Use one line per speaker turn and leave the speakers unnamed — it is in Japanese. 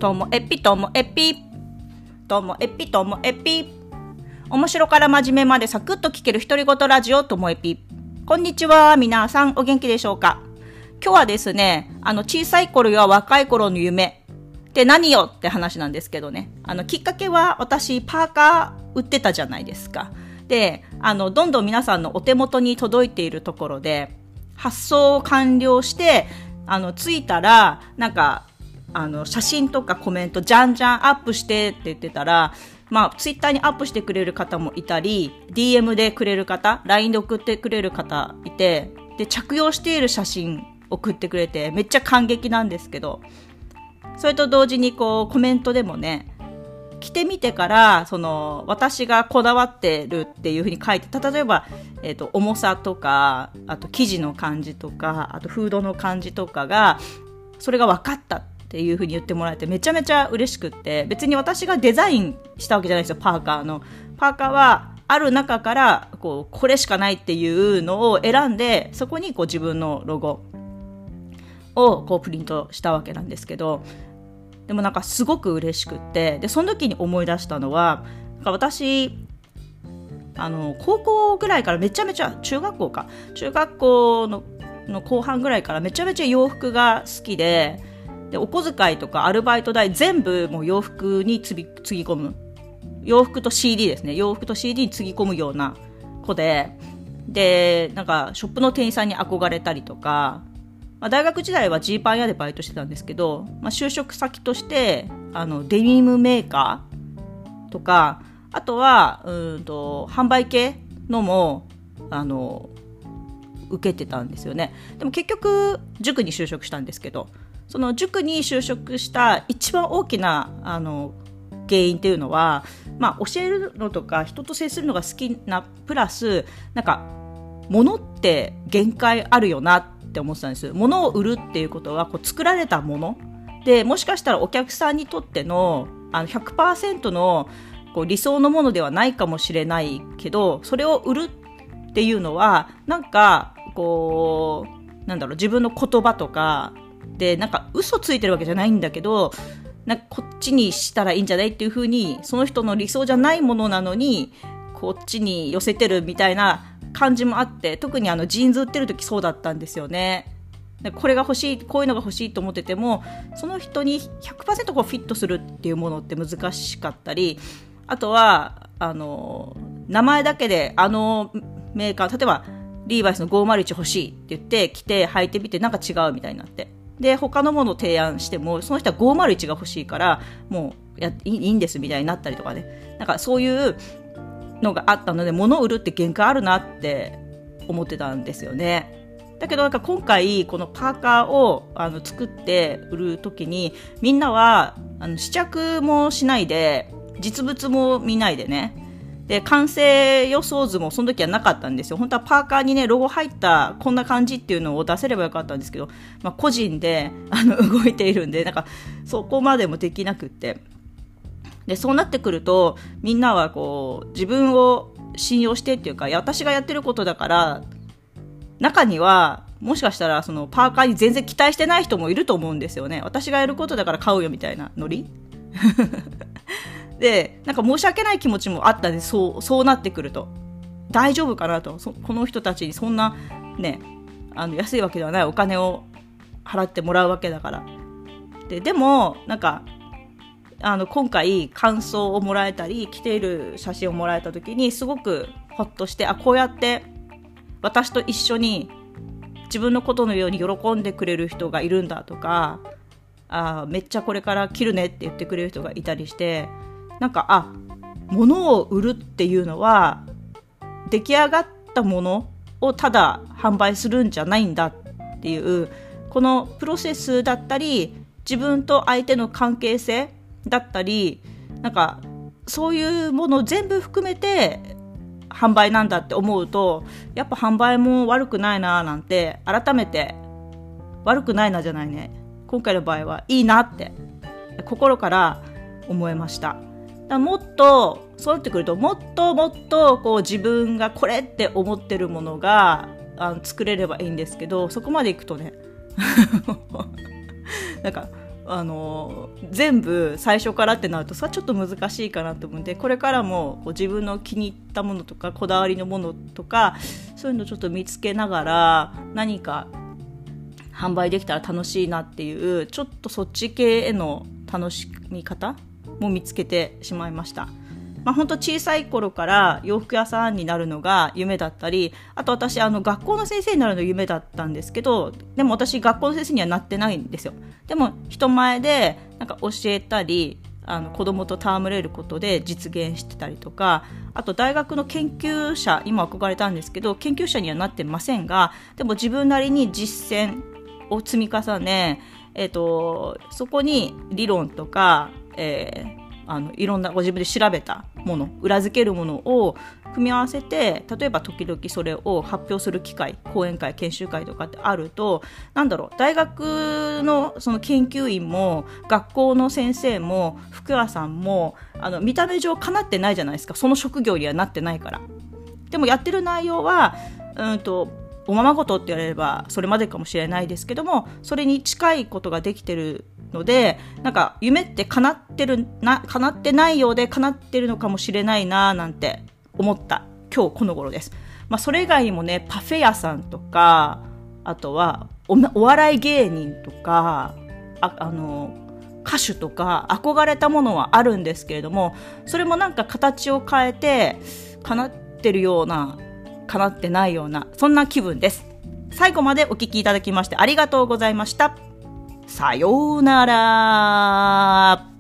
ともえぴともえぴともえぴともえぴ、面白から真面目までサクッと聞ける独り言ラジオともえぴ。こんにちは、皆さんお元気でしょうか。今日はですね、小さい頃や若い頃の夢って何よって話なんですけどね、きっかけは私パーカー売ってたじゃないですか。で、どんどん皆さんのお手元に届いているところで発送を完了して着いたらなんか写真とかコメントじゃんじゃんアップしてって言ってたら、ツイッターにアップしてくれる方もいたり DM でくれる方、 LINE で送ってくれる方いて、で着用している写真送ってくれてめっちゃ感激なんですけど、それと同時にコメントでもね、着てみてから私がこだわってるっていう風に書いて、例えば、重さとか、あと生地の感じとか、あとフードの感じとかがそれが分かったっていう風に言ってもらえてめちゃめちゃ嬉しくって、別に私がデザインしたわけじゃないですよ。パーカーはある中からこれしかないっていうのを選んで、そこに自分のロゴをプリントしたわけなんですけど、でもなんかすごく嬉しくって、でその時に思い出したのは、私高校ぐらいからめちゃめちゃ、中学校の後半ぐらいからめちゃめちゃ洋服が好きで、お小遣いとかアルバイト代全部もう洋服につぎ込む、洋服と CD ですね、洋服と CD につぎ込むような子で、なんかショップの店員さんに憧れたりとか、大学時代はジーパン屋でバイトしてたんですけど、就職先としてデニムメーカーとか、あとは販売系のも受けてたんですよね。でも結局塾に就職したんですけど、その塾に就職した一番大きな原因っていうのは、教えるのとか人と接するのが好きなプラス、なんか物って限界あるよなって思ってたんです。物を売るっていうことは作られたもので、もしかしたらお客さんにとっての100% の理想のものではないかもしれないけど、それを売るっていうのはなんか自分の言葉とかでなんか嘘ついてるわけじゃないんだけど、なんかこっちにしたらいいんじゃないっていう風に、その人の理想じゃないものなのにこっちに寄せてるみたいな感じもあって、特にジーンズ売ってる時そうだったんですよね。これが欲しい、こういうのが欲しいと思ってても、その人に 100% フィットするっていうものって難しかったり、あとは名前だけでメーカー、例えばリーバイスの501欲しいって言って着て履いてみてなんか違うみたいになって、で他のものを提案してもその人は501が欲しいからもういいんですみたいになったりとかね、なんかそういうのがあったので、物を売るって限界あるなって思ってたんですよね。だけどなんか今回このパーカーを作って売るときに、みんなは試着もしないで実物も見ないでね、で完成予想図もその時はなかったんですよ。本当はパーカーにねロゴ入ったこんな感じっていうのを出せればよかったんですけど、個人で動いているんでなんかそこまでもできなくって、でそうなってくるとみんなは自分を信用してっていうか、私がやってることだから、中にはもしかしたらそのパーカーに全然期待してない人もいると思うんですよね。私がやることだから買うよみたいなノリでなんか申し訳ない気持ちもあったんです。そうなってくると大丈夫かなと、この人たちにそんなね安いわけではないお金を払ってもらうわけだから。でもなんか今回感想をもらえたり着ている写真をもらえた時にすごくほっとして、こうやって私と一緒に自分のことのように喜んでくれる人がいるんだとか、めっちゃこれから着るねって言ってくれる人がいたりして、なんか物を売るっていうのは出来上がったものをただ販売するんじゃないんだっていう、このプロセスだったり自分と相手の関係性だったり、なんかそういうものを全部含めて販売なんだって思うと、やっぱ販売も悪くないななんて、改めて悪くないなじゃないね、今回の場合はいいなって心から思いました。だからもっとそうなってくると、もっと自分がこれって思ってるものが作れればいいんですけど、そこまでいくとねなんか全部最初からってなるとそれはちょっと難しいかなと思うんで、これからも自分の気に入ったものとかこだわりのものとかそういうのをちょっと見つけながら何か販売できたら楽しいなっていう、ちょっとそっち系への楽しみ方も見つけてしまいました。本当小さい頃から洋服屋さんになるのが夢だったり、あと私学校の先生になるのが夢だったんですけど、でも私学校の先生にはなってないんですよ。でも人前でなんか教えたり子供と戯れることで実現してたりとか、あと大学の研究者、今憧れたんですけど研究者にはなってませんが、でも自分なりに実践を積み重ね、そこに理論とか、いろんなご自分で調べたもの、裏付けるものを組み合わせて、例えば時々それを発表する機会、講演会、研修会とかってあると、大学のその研究員も学校の先生も服屋さんも見た目上かなってないじゃないですか。その職業にはなってないから。でもやってる内容はおままごとって言われればそれまでかもしれないですけども、それに近いことができてるので、なんか夢って叶ってないようで叶ってるのかもしれないななんて思った今日この頃です。それ以外にもね、パフェ屋さんとか、あとは お笑い芸人とか歌手とか憧れたものはあるんですけれども、それもなんか形を変えて叶ってるような叶ってないような、そんな気分です。最後までお聞きいただきましてありがとうございました。さようなら。